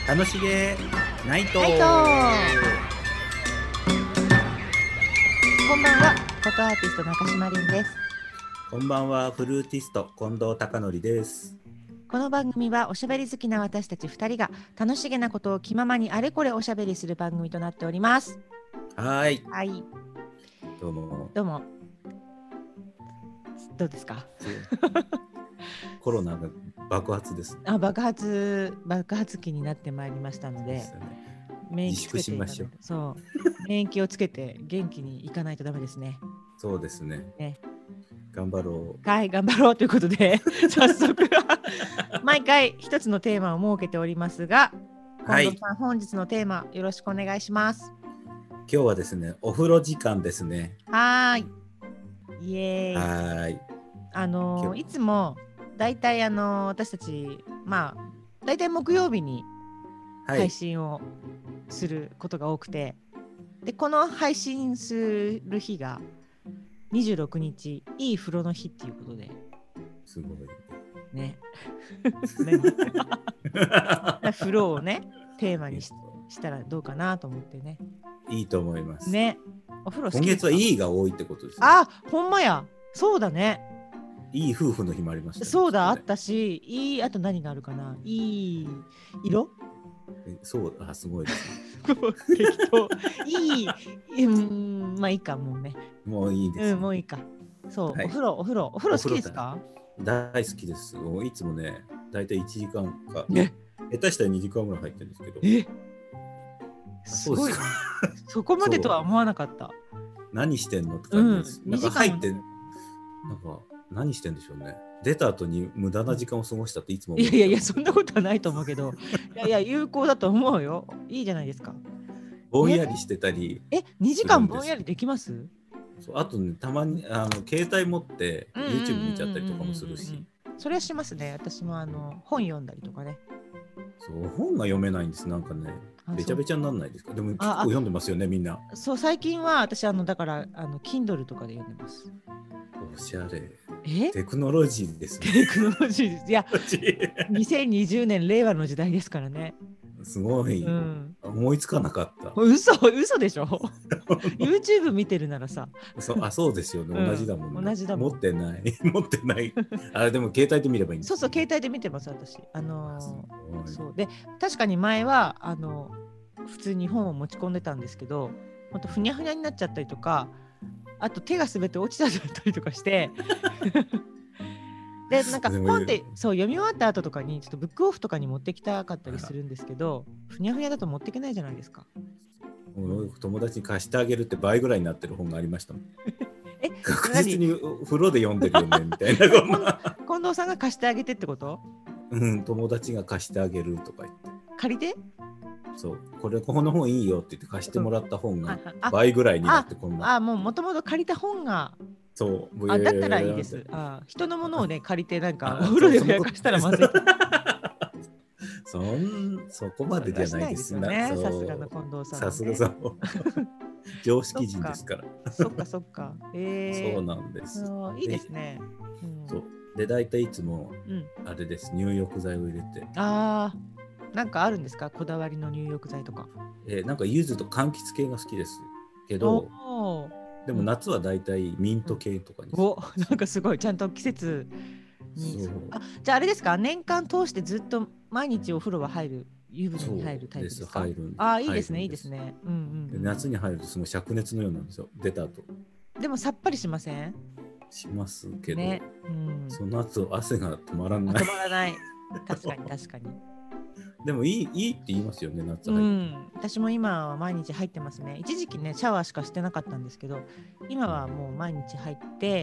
楽しげナイト。 ナイトこんばんは、フォトアーティスト中島凛です。 こんばんは、フルーティスト近藤貴則です。 この番組はおしゃべり好きな私たち2人が楽しげなことを気ままにあれこれおしゃべりする番組となっております。 はい。 はい。 どうも。 どうも。どうですか？ コロナが爆発です。 爆発期になってまいりましたので、免疫自粛しましょう。 そう。免疫をつけて元気にいかないとダメですね。 そうですね。 ね。 頑張ろう。 はい、頑張ろうということで早速毎回一つのテーマを設けておりますが、近藤さん、本日のテーマよろしくお願いします。 今日はですね、お風呂時間ですね。 はい。イエーイ。 はい。 いつもだいたい私たちだいたい木曜日に配信をすることが多くて、でこの配信する日が26日いい風呂の日っていうことで、 すごいね風呂をねテーマにしたらどうかなと思ってね。 いいと思いますね。お風呂好きですか？ 今月はいいが多いってことですね。 あ、ほんまや。そうだね。 いい夫婦の日もありましたね。 そうだ、あったし、あと何があるかな。いい色？ そう、すごいですね。 適当。まあいいか、もうね。 もういいです、ね。 もういいか。そう、はい、お風呂好きですか？ 大好きです。いつもね、だいたい1時間か、下手したら2時間ぐらい入ってるんですけど。 すごい。そこまでとは思わなかった。 何してんのって感じです。なんか入って、なんか何してんでしょうね。出た後に無駄な時間を過ごしたっていつも思う。 いや、そんなことはないと思うけど、いや、有効だと思うよ。いいじゃないですか。 ぼんやりしてたり。 2時間ぼんやりできます？ そう、あとね、たまに携帯持って YouTube 見ちゃったりとかもするし。 それはしますね。私も本読んだりとかね。 そう、本が読めないんです。なんかね、べちゃべちゃにならないですか？でも結構読んでますよね、みんな。 そう、最近は私だからKindle とかで読んでます。 おしゃれ。テクノロジーですね。 テクノロジーです。いや、2020年令和の時代ですからね。 すごい、思いつかなかった。 嘘でしょYouTube 見てるならさ。 そうですよね。同じだもんね。 同じだもん。 持ってない。でも携帯で見ればいいんです。 そう、携帯で見てます、私。そうで、確かに前は普通に本を持ち込んでたんですけど、ほんとふにゃふにゃになっちゃったりとか、あと手が滑って落ちちゃったりとかしてで、なんか本ってそう読み終わった後とかにちょっとブックオフとかに持ってきたかったりするんですけど、ふにゃふにゃだと持っていけないじゃないですか。 友達に貸してあげるって倍ぐらいになってる本がありましたもん。確実に風呂で読んでるよねみたいな。 近藤さんが貸してあげてってこと？ 友達が貸してあげるとか言って。 借りて？ そう、この本いいよって言って貸してもらった本が倍ぐらいになって、 もともと借りた本が。 そうだったらいいです。人のものをね借りてなんかお風呂でふやかしたらまずい。 そこまでじゃないですね。さすがの近藤さん。 さすがそう。常識人ですから。 そっか。 そうなんです。 いいですね。 そうで、大体いつもあれです。入浴剤を入れて。 なんかあるんですか？こだわりの入浴剤とか。 なんか柚子と柑橘系が好きですけど、でも夏はだいたいミント系とかに。 なんかすごいちゃんと季節に。じゃああれですか？年間通してずっと毎日お風呂は入る、湯船に入るタイプですか？いいですね、いいですね。 夏に入るとすごい灼熱のようなんですよ、出た後。 でもさっぱりしません？ しますけど、 ね、 その後汗が止まらない。 止まらない。確かに。 でもいいって言いますよね、夏入って。 私も今は毎日入ってますね。一時期ねシャワーしかしてなかったんですけど、今はもう毎日入って、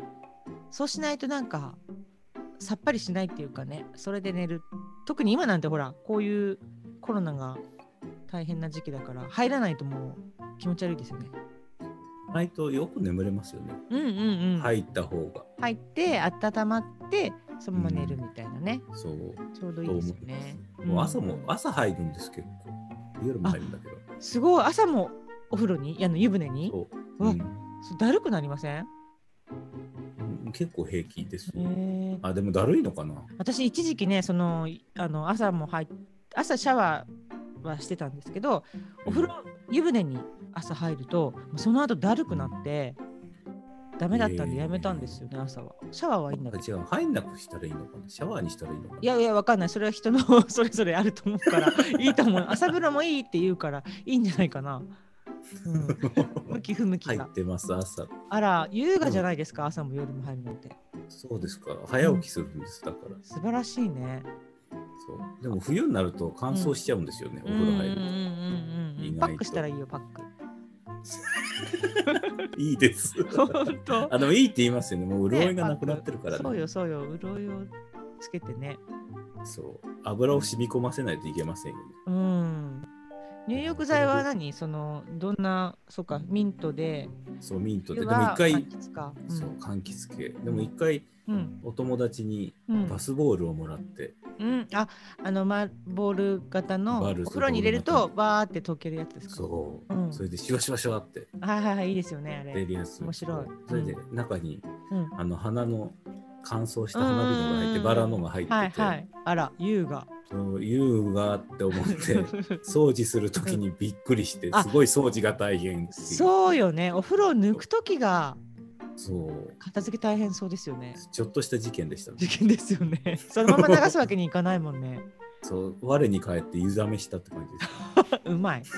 そうしないとなんかさっぱりしないっていうかね、それで寝る。特に今なんてほらこういうコロナが大変な時期だから入らないともう気持ち悪いですよね。 入るとよく眠れますよね。入った方が。 入って温まってそのまま寝るみたいなね。 そう。 ちょうどいいですよね。 朝入るんです結構。夜も入るんだけど。 すごい。朝もお風呂に湯船に。だるくなりません？ 結構平気です。でもだるいのかな。 私一時期ね朝シャワーはしてたんですけど、お風呂湯船に朝入るとその後だるくなってダメだったんでやめたんですよね、朝は。シャワーはいいんだけど。 違う、入んなくしたらいいのかな、シャワーにしたらいいのかな。 いやいや、わかんない。それは人のそれぞれあると思うからいいと思う。朝風呂もいいって言うからいいんじゃないかな。向き不向きが。 入ってます、朝。 あら、優雅じゃないですか、朝も夜も入るなんて。 そうですか、早起きするんです、だから。 素晴らしいね。 そうでも冬になると乾燥しちゃうんですよね、お風呂入ると。 パックしたらいいよ、パック。 いいです。 本当。 でもいいって言いますよね。もう潤いがなくなってるからね。 そうよ、そうよ。潤いをつけてね。 そう。油を染み込ませないといけませんよね。 入浴剤は何？どんな、そうか、ミントで。 そう、ミントで。でも一回、 柑橘か。 そう、柑橘系。でも一回、お友達にバスボールをもらって。 ボール型のお風呂に入れるとバーって溶けるやつですか？ そう。それでシュワシュワシュワって。 いいですよね、あれ。 出るやつ。 面白い。 それで中に、花の乾燥した花びらが入って、バラのが入ってて。 あら、優雅。 優雅って思って掃除するときにびっくりして、すごい掃除が大変。 そうよね、お風呂を抜くときがそう片付け大変そうですよね。 ちょっとした事件でした、 事件ですよね。そのまま流すわけにいかないもんね。 そう、我に返って湯冷めしたって感じです。 うまい。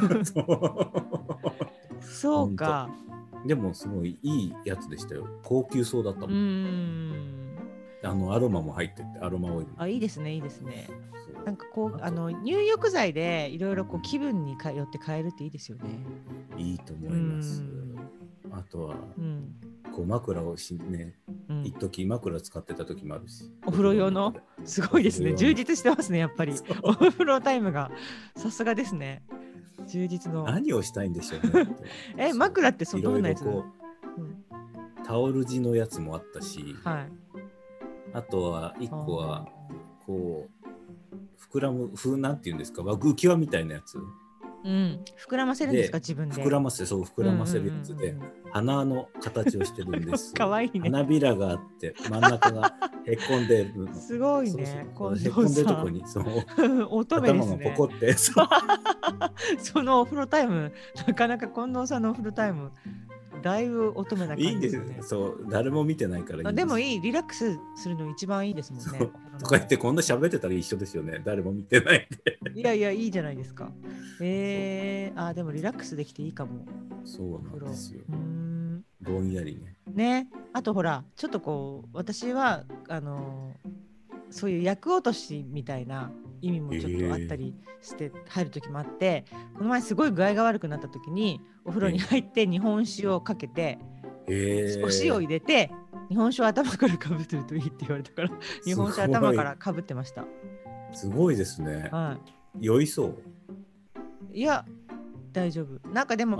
そうか。 でもすごいいいやつでしたよ。高級そうだったもん。アロマも入ってて、アロマオイル。 いいですね、いいですね。なんかこう入浴剤でいろいろこう気分によって変えるっていいですよね。 いいと思います。あとは、こう枕をね、一時枕使ってた時もあるし。 お風呂用のすごいですね。充実してますね、やっぱり。お風呂タイムがさすがですね。充実の。 何をしたいんでしょうね。 枕ってどんなやつ？ タオル地のやつもあったし、あとは一個はこう膨らむなんていうんですか、浮き輪みたいなやつ。 膨らませるんですか、自分で。 膨らませるやつで、花の形をしてるんです。 かわいいね。 花びらがあって真ん中がへこんでるの。 すごいね。 へこんでるとこに乙女ですね。 頭がポコって。 そのお風呂タイム、なかなか近藤さんのお風呂タイムだいぶ乙女な感じですね。 いいんです。そう、誰も見てないからいいんです。 でもいい、リラックスするの一番いいですもんね。 とか言ってこんな喋ってたら一緒ですよね。誰も見てないで。 いやいや、いいじゃないですか。でもリラックスできていいかも。 そうなんですよ。ぼんやりね。 ね、あとほら、ちょっとこう私はそういう厄落としみたいな意味もちょっとあったりして入る時もあって、この前すごい具合が悪くなった時にお風呂に入って日本酒をかけて、お塩を入れて日本酒を頭からかぶってるといいって言われたから日本酒頭からかぶってました。 すごいですね。酔いそう？ いや大丈夫。なんかでも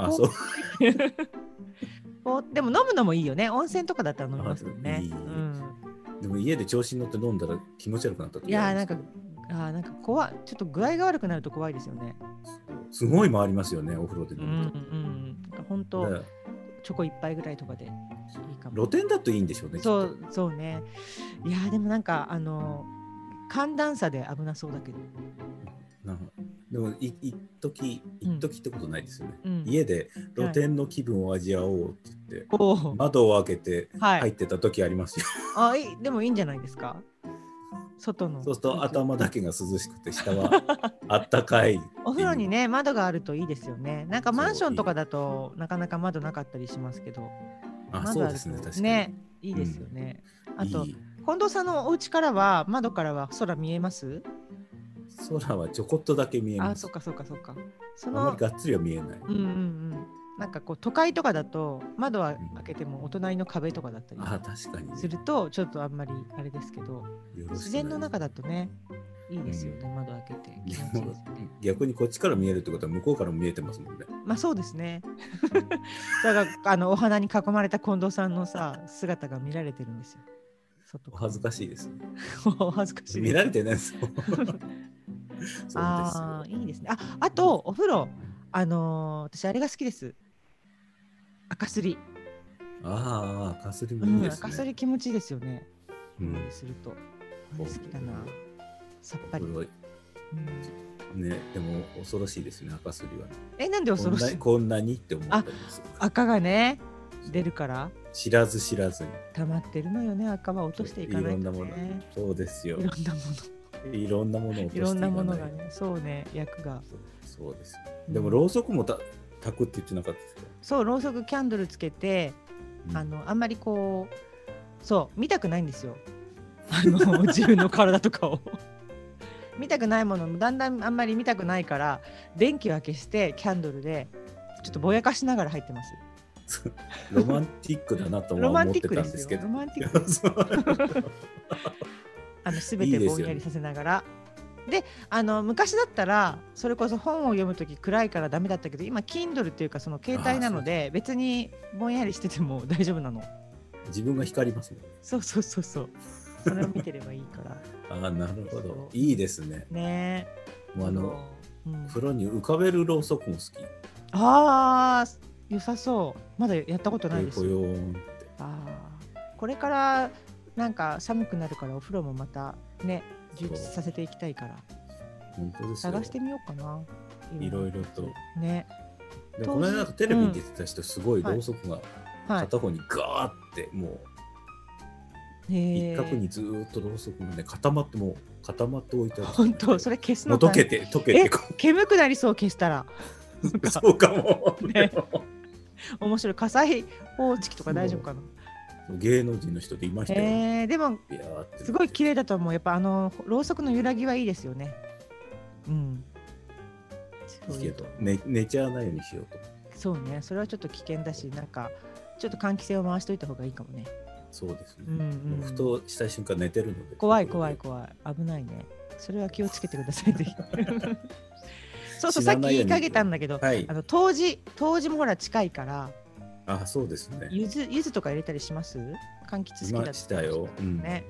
でも飲むのもいいよね。温泉とかだったら飲みますもんね。 でも家で調子に乗って飲んだら気持ち悪くなった。いやなんか怖い。ちょっと具合が悪くなると怖いですよね。 すごい回りますよね、お風呂で飲むと。 本当チョコ一杯ぐらいとかでいいかも。 露天だといいんでしょうね。 そうね。いやでもなんか寒暖差で危なそうだけど。 でも一時ってことないですよね。家で露天の気分を味わおうって言って、窓を開けて入ってた時ありますよ。 でもいいんじゃないですか。外の。 そうすると頭だけが涼しくて下はあったかい。 お風呂にね窓があるといいですよね。なんかマンションとかだとなかなか窓なかったりしますけど。 そうですね、確かに。 ね、いいですよね。あと近藤さんのお家からは窓からは空見えます？ 空はちょこっとだけ見えます。 そうか。 あまりがっつりは見えない。 なんかこう都会とかだと窓は開けてもお隣の壁とかだったりするとちょっとあんまりあれですけど、自然の中だとねいいですよね。窓開けて気持ちいいですね。 逆にこっちから見えるってことは向こうからも見えてますもんね。 そうですね。だからお花に囲まれた近藤さんの姿が見られてるんですよ。 お恥ずかしいです。 お恥ずかしい。 見られてないですよ。 いいですね。あとお風呂私あれが好きです。赤すり。 赤すりもいいですね。 赤すり気持ちいいですよね。すると好きだな。さっぱり。 ね、でも恐ろしいですね、赤すりは、ね。 なんで恐ろしい？ こんなにって思ったんです。 赤がね、出るから。 知らず知らずに。 溜まってるのよね、赤は落としていかないと、ね。 いろんなもの。そうですよ。 いろんなもの。いろんなものを落としていかない。いろんなものがね、 そうね、役が。 そうです。でもろうそくも焚くって言ってなかったですか？ そう、ろうそくキャンドルつけて、あんまりこう、そう見たくないんですよ。自分の体とかを見たくないものもだんだんあんまり見たくないから電気は消してキャンドルでちょっとぼやかしながら入ってます。 ロマンティックだなと思ってたんですけど。 ロマンティックすべてぼんやりさせながら。で昔だったらそれこそ本を読むとき暗いからダメだったけど、今 Kindle っていうかその携帯なので別にぼんやりしてても大丈夫なの。 自分が光りますもん。 そうそうそうそう。それを見てればいいから。 なるほど。いいですね。 ね。 もう風呂に浮かべるろうそくも好き。 良さそう。まだやったことないです。これからなんか寒くなるからお風呂もまたね充実させていきたいから。 本当ですよ。 探してみようかな。 いろいろと。 ね。 でこの間なんかテレビに出てた人すごいろうそくが片方にガーってもう。一角にずっとろうそくがね固まって置いてある。 本当それ消すの溶けて煙くなりそう消したら。 そうかも。 面白い。火災報知器とか大丈夫かな。 芸能人の人でいましたよ。 でもすごい綺麗だと思う。やっぱろうそくの揺らぎはいいですよね。うん。 寝ちゃわないようにしようと。 そうね。それはちょっと危険だし、なんかちょっと換気扇を回しといた方がいいかもね。 そうですね。ふとした瞬間寝てるので。 怖い危ないね。それは気をつけてくださいぜひ。そうさっき言いかけたんだけど、冬至もほら近いから。 そうですね。 柚子とか入れたりします？柑橘好きだったしたよ。ね。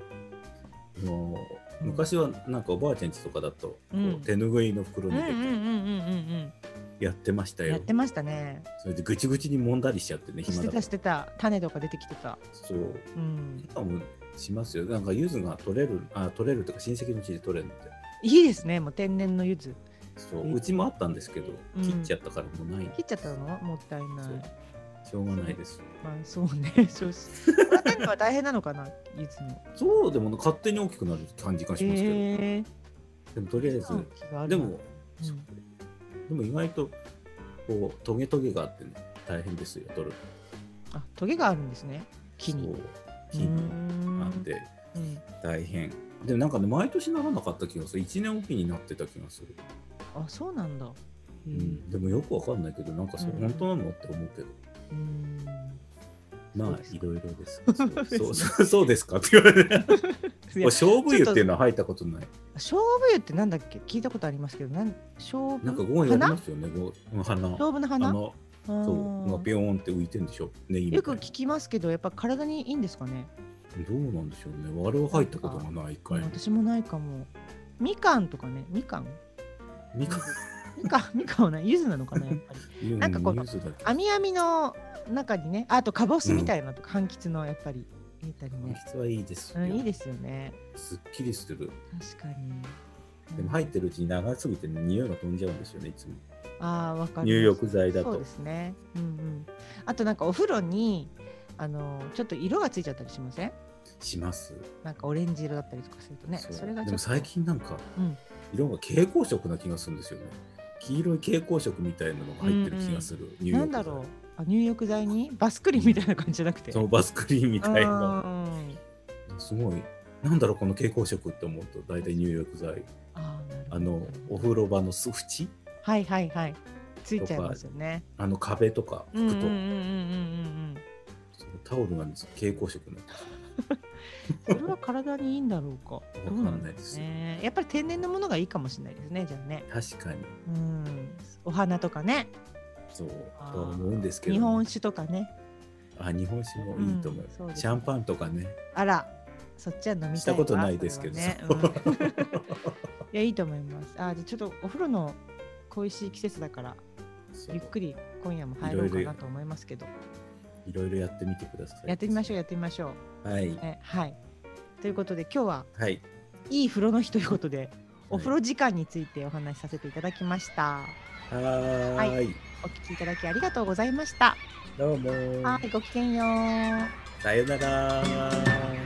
昔はなんかおばあちゃん家とかだと手ぬぐいの袋に入れてやってましたよ。 やってましたね。 それでぐちぐちに揉んだりしちゃってね。 してた。種とか出てきてた。 そう。今もしますよ。なんか柚子が取れるとか親戚の家で取れるので。 いいですね。もう天然の柚子。 そううちもあったんですけど切っちゃったからもうない。 切っちゃったの？もったいない。 しょうがないです。 そうね。これ出るのは大変なのかな、柚子の。 そうでも勝手に大きくなる感じがしますけど。でもとりあえずでも意外とこうトゲトゲがあってね大変ですよ取る。 トゲがあるんですね。木に。 木にあって大変。でもなんかね毎年ならなかった気がする。1年おきになってた気がする。 そうなんだ。 でもよくわかんないけどなんか本当なのって思うけど。まあいろいろです。そうですかって言われて。勝負湯っていうのは入ったことない。 勝負湯ってなんだっけ聞いたことありますけど、なんか 5本やりますよね。花。 勝負の花。 そうピヨーンって浮いてるんでしょ。 よく聞きますけどやっぱ体にいいんですかね。 どうなんでしょうね。あれは入ったことがないかい。 私もないかも。みかんとかね。みかんはね、柚子なのかなやっぱり。なんかこの網の中にね、あとかぼすみたいなとか柑橘のやっぱり入れたりね。 柑橘はいいですよ。 いいですよね。 すっきりする。 確かに。 でも入ってるうちに長すぎて匂いが飛んじゃうんですよねいつも。 わかる。 入浴剤だと。 そうですね。あとなんかお風呂にちょっと色がついちゃったりしません？ します。 なんかオレンジ色だったりとかするとね。それがでも最近なんか色が蛍光色な気がするんですよね。黄色い蛍光色みたいなのが入ってる気がする。 なんだろう。入浴剤にバスクリンみたいな感じじゃなくて。 そうバスクリンみたいな。すごいなんだろうこの蛍光色って思うと大体入浴剤。お風呂場の縁。 はいついちゃいますよね。 壁とか拭くとタオルが蛍光色になってそれは体にいいんだろうか。わかんないですね。やっぱり天然のものがいいかもしれないですね。じゃあね。 確かに。 お花とかね。 そうと思うんですけど。 日本酒とかね。 日本酒もいいと思う。シャンパンとかね。 あら、そっちは飲みたい。 したことないですけど。いやいいと思います。じゃあちょっとお風呂の恋しい季節だからゆっくり今夜も入ろうかなと思いますけど。 いろいろやってみてください。 やってみましょう。 はい。 ということで今日は、 はい、 いい風呂の日ということでお風呂時間についてお話しさせていただきました。 はい、 お聞きいただきありがとうございました。 どうも。 はい、ごきげんよう。 さよなら。